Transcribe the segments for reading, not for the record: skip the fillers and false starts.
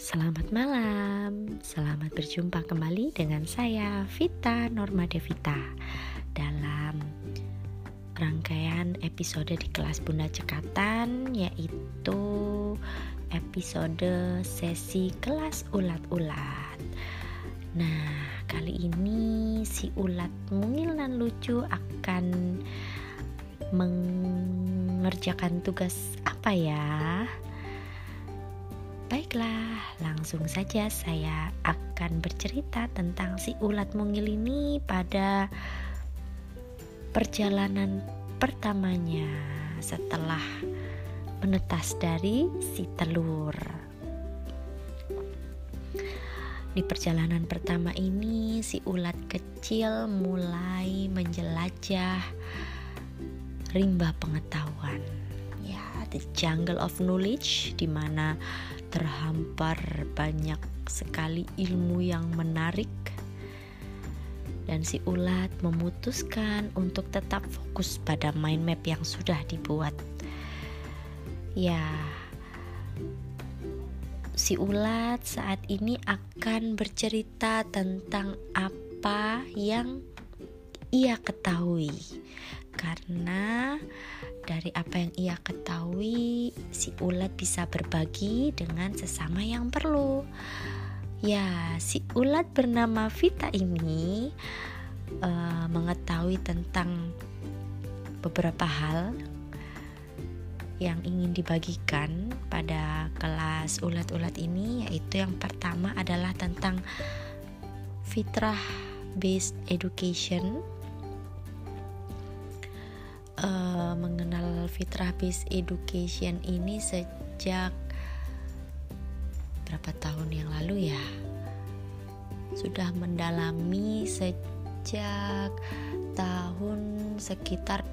Selamat malam, selamat berjumpa kembali dengan saya Vita Norma Devita dalam rangkaian episode di kelas Bunda Cekatan, yaitu episode sesi kelas ulat-ulat. Nah, kali ini si ulat mungil dan lucu akan mengerjakan tugas apa ya? Baiklah, langsung saja saya akan bercerita tentang si ulat mungil ini pada perjalanan pertamanya setelah menetas dari si telur. Di perjalanan pertama ini, si ulat kecil mulai menjelajah rimba pengetahuan. Ya, the jungle of knowledge, di mana terhampar banyak sekali ilmu yang menarik, dan si ulat memutuskan untuk tetap fokus pada mind map yang sudah dibuat. Ya, si ulat saat ini akan bercerita tentang apa yang ia ketahui, karena dari apa yang ia ketahui, si ulat bisa berbagi dengan sesama yang perlu. Ya, si ulat bernama Vita ini mengetahui tentang beberapa hal yang ingin dibagikan pada kelas ulat-ulat ini, yaitu yang pertama adalah tentang fitrah based education. Mengenal fitrah based education ini sejak berapa tahun yang lalu ya, sudah mendalami sejak tahun sekitar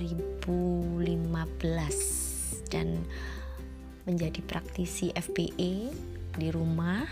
2015 dan menjadi praktisi FBA di rumah,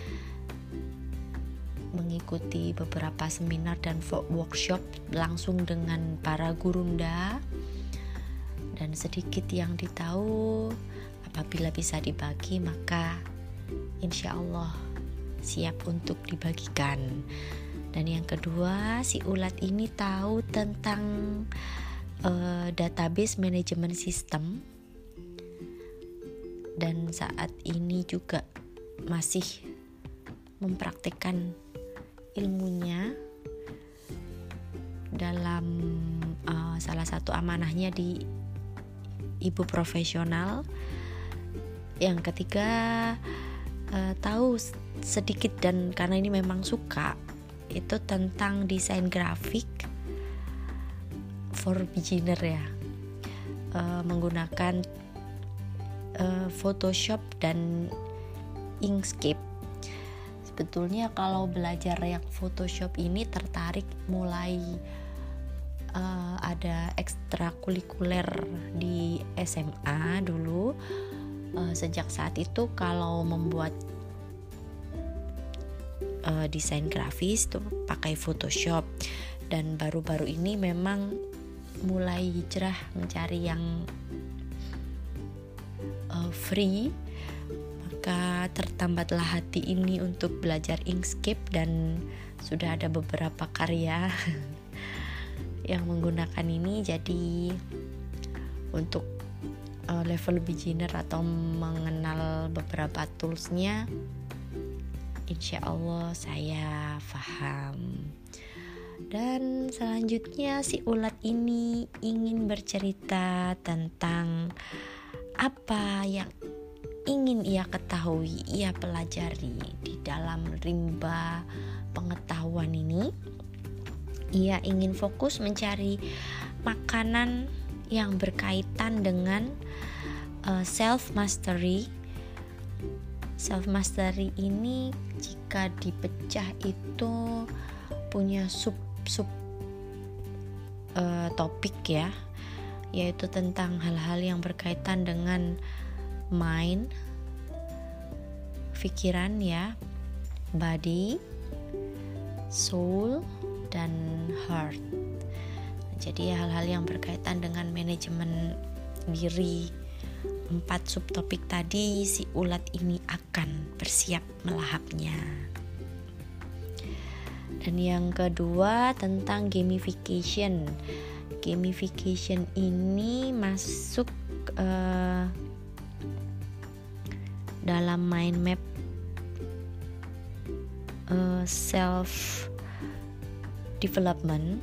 mengikuti beberapa seminar dan workshop langsung dengan para gurunda, dan sedikit yang ditahu apabila bisa dibagi maka insya Allah siap untuk dibagikan. Dan yang kedua, si ulat ini tahu tentang database management system, dan saat ini juga masih mempraktikkan ilmunya dalam salah satu amanahnya di ibu profesional. Yang ketiga, tahu sedikit, dan karena ini memang suka, itu tentang desain grafik for beginner ya, menggunakan Photoshop dan Inkscape. Sebetulnya kalau belajar yang Photoshop ini tertarik mulai ada ekstrakurikuler di SMA dulu. Sejak saat itu kalau membuat desain grafis itu pakai Photoshop, dan baru-baru ini memang mulai hijrah mencari yang free. Maka tertambatlah hati ini untuk belajar Inkscape, dan sudah ada beberapa karya yang menggunakan ini. Jadi untuk level beginner atau mengenal beberapa toolsnya, insya Allah saya paham. Dan selanjutnya, si ulat ini ingin bercerita tentang apa yang ingin ia ketahui, ia pelajari di dalam rimba pengetahuan ini. Ia ingin fokus mencari makanan yang berkaitan dengan self mastery. Self mastery ini jika dipecah itu punya sub topik ya, yaitu tentang hal-hal yang berkaitan dengan mind, pikiran ya, body, soul, dan heart. Jadi hal-hal yang berkaitan dengan manajemen diri, 4 subtopik tadi si ulat ini akan bersiap melahapnya. Dan yang kedua tentang gamification. Gamification ini masuk dalam mind map self development.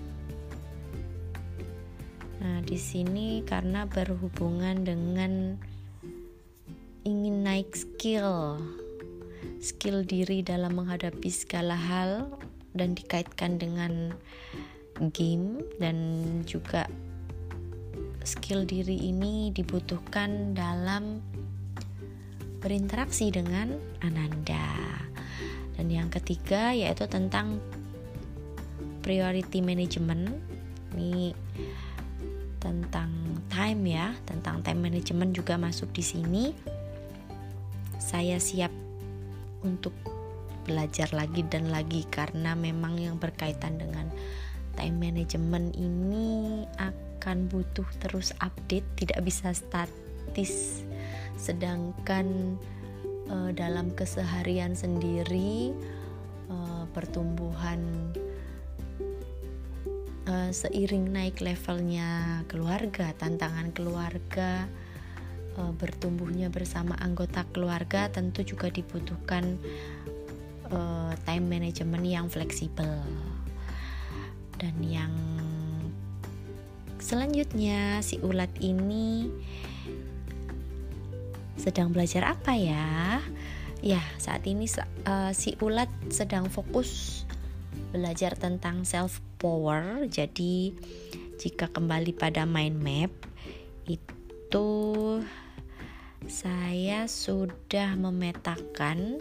Nah, di sini karena berhubungan dengan ingin naik skill diri dalam menghadapi segala hal dan dikaitkan dengan game, dan juga skill diri ini dibutuhkan dalam berinteraksi dengan Ananda. Dan yang ketiga yaitu tentang priority management. Ini tentang time ya, tentang time management juga masuk di sini. Saya siap untuk belajar lagi dan lagi karena memang yang berkaitan dengan time management ini akan butuh terus update, tidak bisa statis. Sedangkan dalam keseharian sendiri pertumbuhan seiring naik levelnya keluarga, tantangan keluarga, bertumbuhnya bersama anggota keluarga, tentu juga dibutuhkan time management yang fleksibel. Dan yang selanjutnya si ulat ini sedang belajar apa ya? Ya, saat ini si ulat sedang fokus belajar tentang self power. Jadi jika kembali pada mind map itu saya sudah memetakan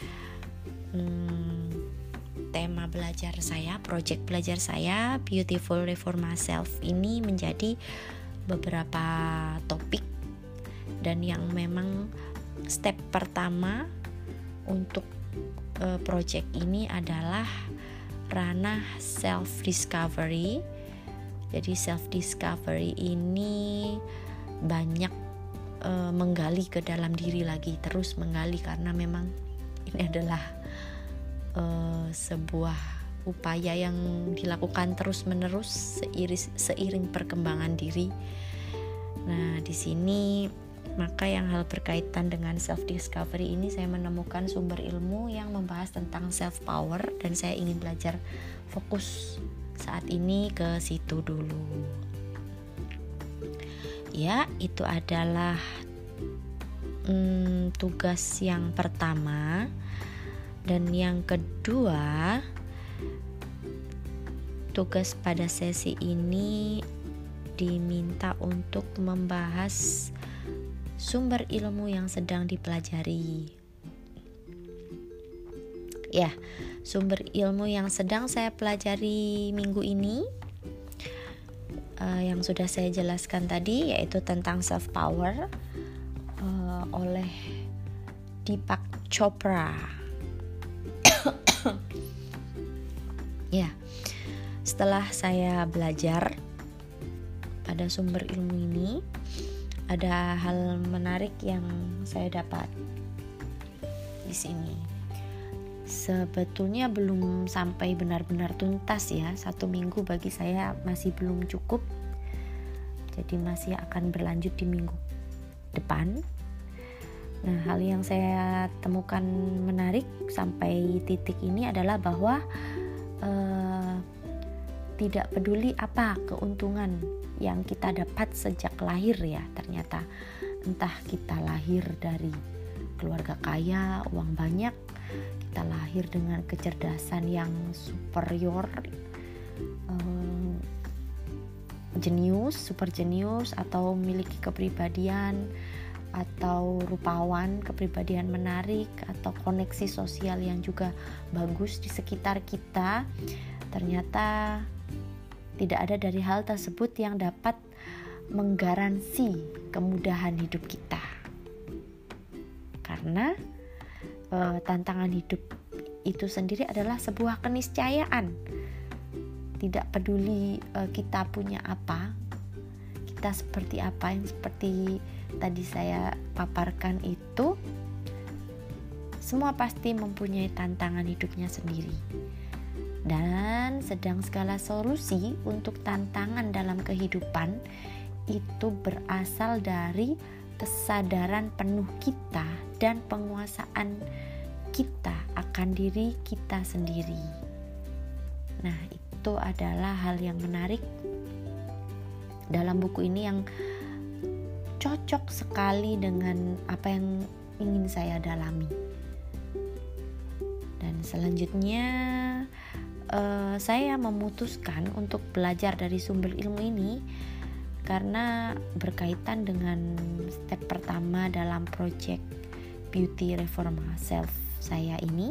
tema belajar saya, project belajar saya, Beautiful Reform Myself ini menjadi beberapa topik. Dan yang memang step pertama untuk project ini adalah ranah self discovery. Jadi self discovery ini banyak menggali ke dalam diri lagi, terus menggali, karena memang ini adalah sebuah upaya yang dilakukan terus menerus seiring perkembangan diri. Nah, di sini maka yang hal berkaitan dengan self discovery ini saya menemukan sumber ilmu yang membahas tentang self power, dan saya ingin belajar fokus saat ini ke situ dulu. Ya, itu adalah tugas yang pertama. Dan yang kedua, tugas pada sesi ini diminta untuk membahas sumber ilmu yang sedang dipelajari. Ya, sumber ilmu yang sedang saya pelajari minggu ini yang sudah saya jelaskan tadi, yaitu tentang self power oleh Deepak Chopra. Ya, setelah saya belajar pada sumber ilmu ini, ada hal menarik yang saya dapat di sini. Sebetulnya belum sampai benar-benar tuntas ya, 1 minggu bagi saya masih belum cukup. Jadi masih akan berlanjut di minggu depan. Nah, hal yang saya temukan menarik sampai titik ini adalah bahwa tidak peduli apa keuntungan yang kita dapat sejak lahir ya, ternyata entah kita lahir dari keluarga kaya, uang banyak, kita lahir dengan kecerdasan yang superior, super jenius, atau memiliki kepribadian atau rupawan, kepribadian menarik, atau koneksi sosial yang juga bagus di sekitar kita, ternyata tidak ada dari hal tersebut yang dapat menggaransi kemudahan hidup kita. Karena tantangan hidup itu sendiri adalah sebuah keniscayaan. Tidak peduli kita punya apa, kita seperti apa, yang seperti tadi saya paparkan itu, semua pasti mempunyai tantangan hidupnya sendiri. Dan sedang segala solusi untuk tantangan dalam kehidupan itu berasal dari kesadaran penuh kita dan penguasaan kita akan diri kita sendiri. Nah, itu adalah hal yang menarik dalam buku ini yang cocok sekali dengan apa yang ingin saya dalami. Dan selanjutnya saya memutuskan untuk belajar dari sumber ilmu ini karena berkaitan dengan step pertama dalam project Beauty Reform Self saya ini,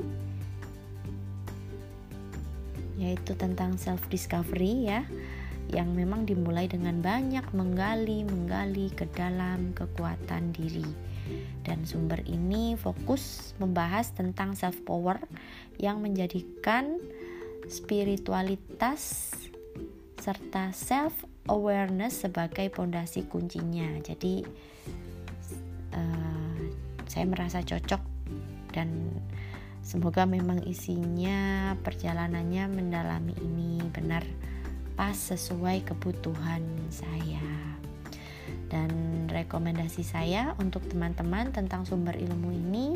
yaitu tentang self discovery ya, yang memang dimulai dengan banyak menggali ke dalam kekuatan diri. Dan sumber ini fokus membahas tentang self power yang menjadikan spiritualitas serta self awareness sebagai pondasi kuncinya. Jadi saya merasa cocok dan semoga memang isinya, perjalanannya mendalami ini benar pas sesuai kebutuhan saya. Dan rekomendasi saya untuk teman-teman tentang sumber ilmu ini,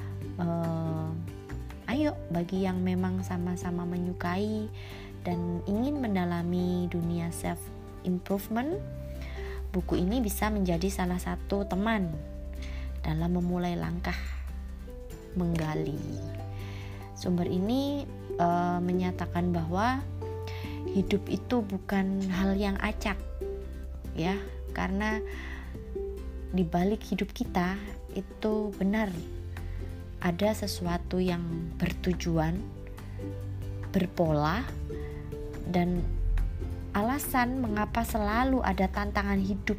ayo bagi yang memang sama-sama menyukai dan ingin mendalami dunia self improvement, buku ini bisa menjadi salah satu teman dalam memulai langkah menggali. Sumber ini menyatakan bahwa hidup itu bukan hal yang acak, ya, karena di balik hidup kita itu benar ada sesuatu yang bertujuan, berpola, dan alasan mengapa selalu ada tantangan hidup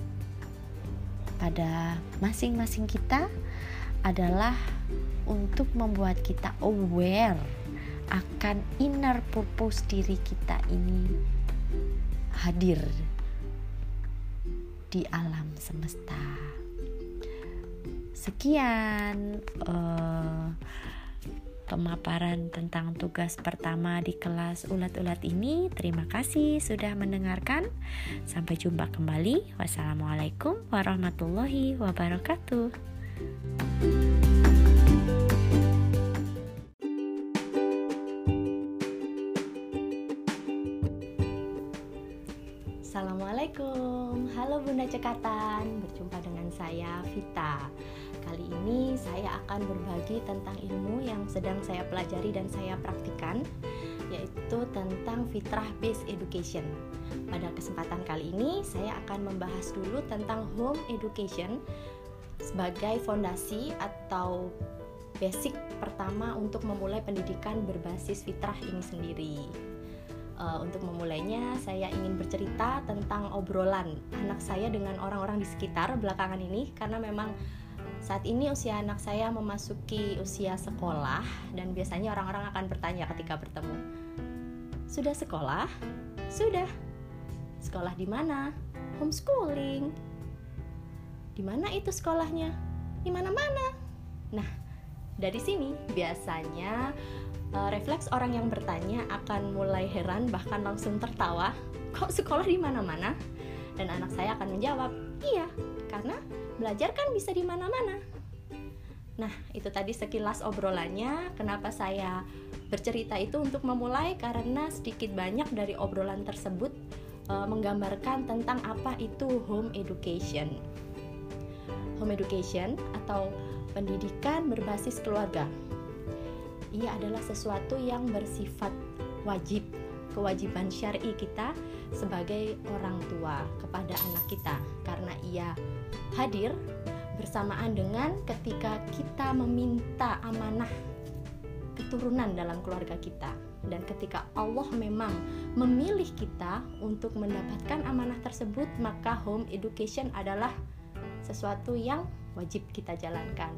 pada masing-masing kita adalah untuk membuat kita aware akan inner purpose diri kita ini hadir di alam semesta. Sekian pemaparan tentang tugas pertama di kelas ulat-ulat ini. Terima kasih sudah mendengarkan. Sampai jumpa kembali. Wassalamualaikum warahmatullahi wabarakatuh. Assalamualaikum, halo Bunda Cekatan, berjumpa dengan saya Vita. Kali ini saya akan berbagi tentang ilmu yang sedang saya pelajari dan saya praktikkan, yaitu tentang fitrah based education. Pada kesempatan kali ini saya akan membahas dulu tentang home education sebagai fondasi atau basic pertama untuk memulai pendidikan berbasis fitrah ini sendiri. Untuk memulainya, saya ingin bercerita tentang obrolan anak saya dengan orang-orang di sekitar belakangan ini, karena memang saat ini usia anak saya memasuki usia sekolah, dan biasanya orang-orang akan bertanya ketika bertemu, "Sudah sekolah?" "Sudah." "Sekolah di mana?" "Homeschooling." "Di mana itu sekolahnya?" "Di mana-mana." Nah, dari sini biasanya refleks orang yang bertanya akan mulai heran, bahkan langsung tertawa, "Kok sekolah di mana-mana?" Dan anak saya akan menjawab, "Iya, karena belajar kan bisa di mana-mana." Nah, itu tadi sekilas obrolannya. Kenapa saya bercerita itu untuk memulai? Karena sedikit banyak dari obrolan tersebut menggambarkan tentang apa itu home education. Home education atau pendidikan berbasis keluarga. Ia adalah sesuatu yang bersifat wajib, kewajiban syar'i kita sebagai orang tua kepada anak kita, karena ia hadir bersamaan dengan ketika kita meminta amanah keturunan dalam keluarga kita, dan ketika Allah memang memilih kita untuk mendapatkan amanah tersebut, maka home education adalah sesuatu yang wajib kita jalankan.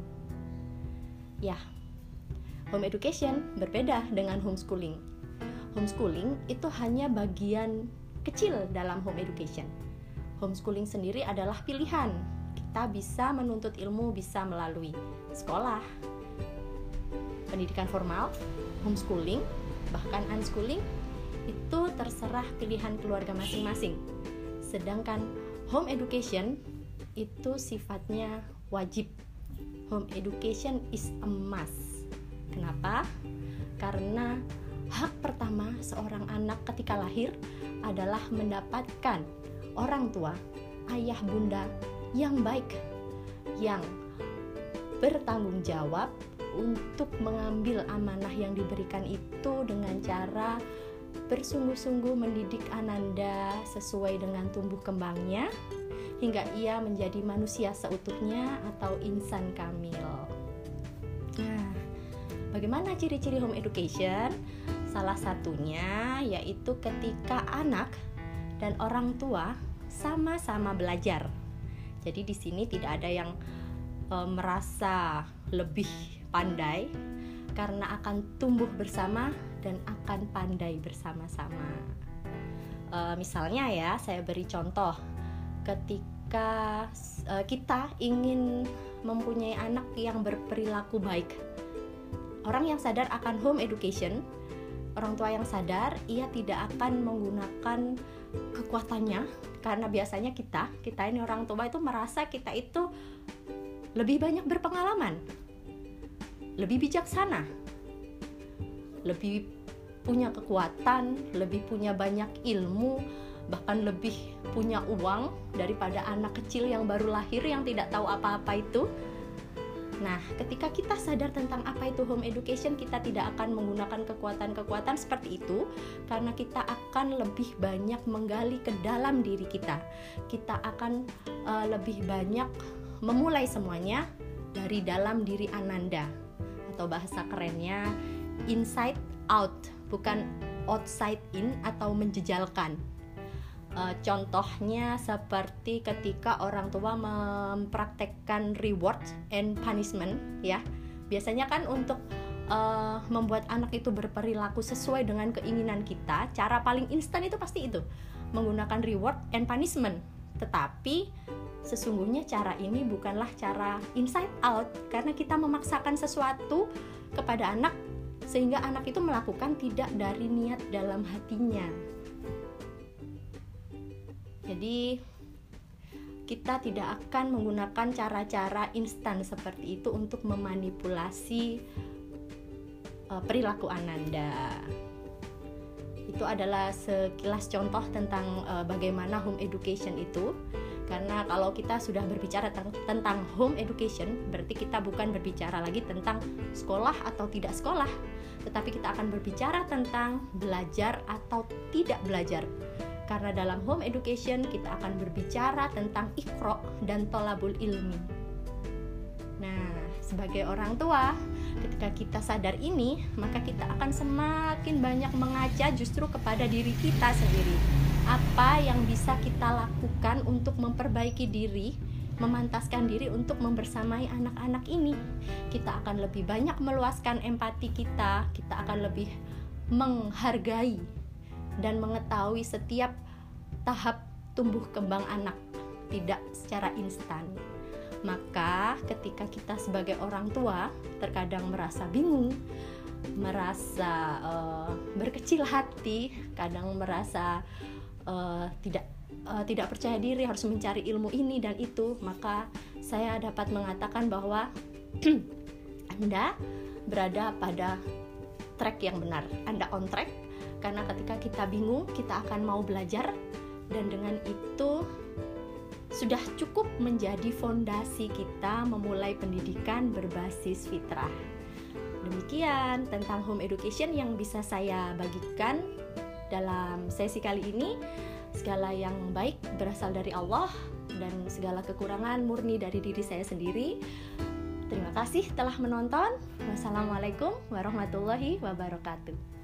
Ya, home education berbeda dengan homeschooling. Homeschooling itu hanya bagian kecil dalam home education. Homeschooling sendiri adalah pilihan. Kita bisa menuntut ilmu bisa melalui sekolah, pendidikan formal, homeschooling, bahkan unschooling, itu terserah pilihan keluarga masing-masing. Sedangkan home education itu sifatnya wajib. Home education is a must. Kenapa? Karena hak pertama seorang anak ketika lahir adalah mendapatkan orang tua, ayah bunda yang baik, yang bertanggung jawab untuk mengambil amanah yang diberikan itu dengan cara bersungguh-sungguh mendidik Ananda sesuai dengan tumbuh kembangnya hingga ia menjadi manusia seutuhnya atau insan kamil. Nah, bagaimana ciri-ciri home education? Salah satunya yaitu ketika anak dan orang tua sama-sama belajar. Jadi di sini tidak ada yang merasa lebih pandai karena akan tumbuh bersama dan akan pandai bersama-sama. Misalnya ya, saya beri contoh. Ketika kita ingin mempunyai anak yang berperilaku baik, orang yang sadar akan home education, orang tua yang sadar, ia tidak akan menggunakan kekuatannya, karena biasanya kita ini orang tua itu merasa kita itu lebih banyak berpengalaman, lebih bijaksana, lebih punya kekuatan, lebih punya banyak ilmu, bahkan lebih punya uang daripada anak kecil yang baru lahir yang tidak tahu apa-apa itu. Nah, ketika kita sadar tentang apa itu home education, kita tidak akan menggunakan kekuatan-kekuatan seperti itu, karena kita akan lebih banyak menggali ke dalam diri kita. Kita akan lebih banyak memulai semuanya dari dalam diri Ananda, atau bahasa kerennya inside out, bukan outside in atau menjejalkan. Contohnya seperti ketika orang tua mempraktekkan reward and punishment, ya. Biasanya kan untuk membuat anak itu berperilaku sesuai dengan keinginan kita, cara paling instan itu pasti itu, menggunakan reward and punishment. Tetapi sesungguhnya cara ini bukanlah cara inside out, karena kita memaksakan sesuatu kepada anak sehingga anak itu melakukan tidak dari niat dalam hatinya. Jadi kita tidak akan menggunakan cara-cara instan seperti itu untuk memanipulasi perilaku Ananda. Itu adalah sekilas contoh tentang bagaimana home education itu. Karena kalau kita sudah berbicara tentang home education, berarti kita bukan berbicara lagi tentang sekolah atau tidak sekolah, tetapi kita akan berbicara tentang belajar atau tidak belajar. Karena dalam home education kita akan berbicara tentang iqra dan tolabul ilmi. Nah, sebagai orang tua, ketika kita sadar ini, maka kita akan semakin banyak mengaca justru kepada diri kita sendiri. Apa yang bisa kita lakukan untuk memperbaiki diri, memantaskan diri untuk membersamai anak-anak ini. Kita akan lebih banyak meluaskan empati kita akan lebih menghargai dan mengetahui setiap tahap tumbuh kembang anak, tidak secara instan. Maka ketika kita sebagai orang tua terkadang merasa bingung, merasa berkecil hati, kadang merasa tidak percaya diri, harus mencari ilmu ini dan itu, maka saya dapat mengatakan bahwa Anda berada pada track yang benar, Anda on track. Karena ketika kita bingung, kita akan mau belajar, dan dengan itu sudah cukup menjadi fondasi kita memulai pendidikan berbasis fitrah. Demikian tentang home education yang bisa saya bagikan dalam sesi kali ini. Segala yang baik berasal dari Allah dan segala kekurangan murni dari diri saya sendiri. Terima kasih telah menonton. Wassalamualaikum warahmatullahi wabarakatuh.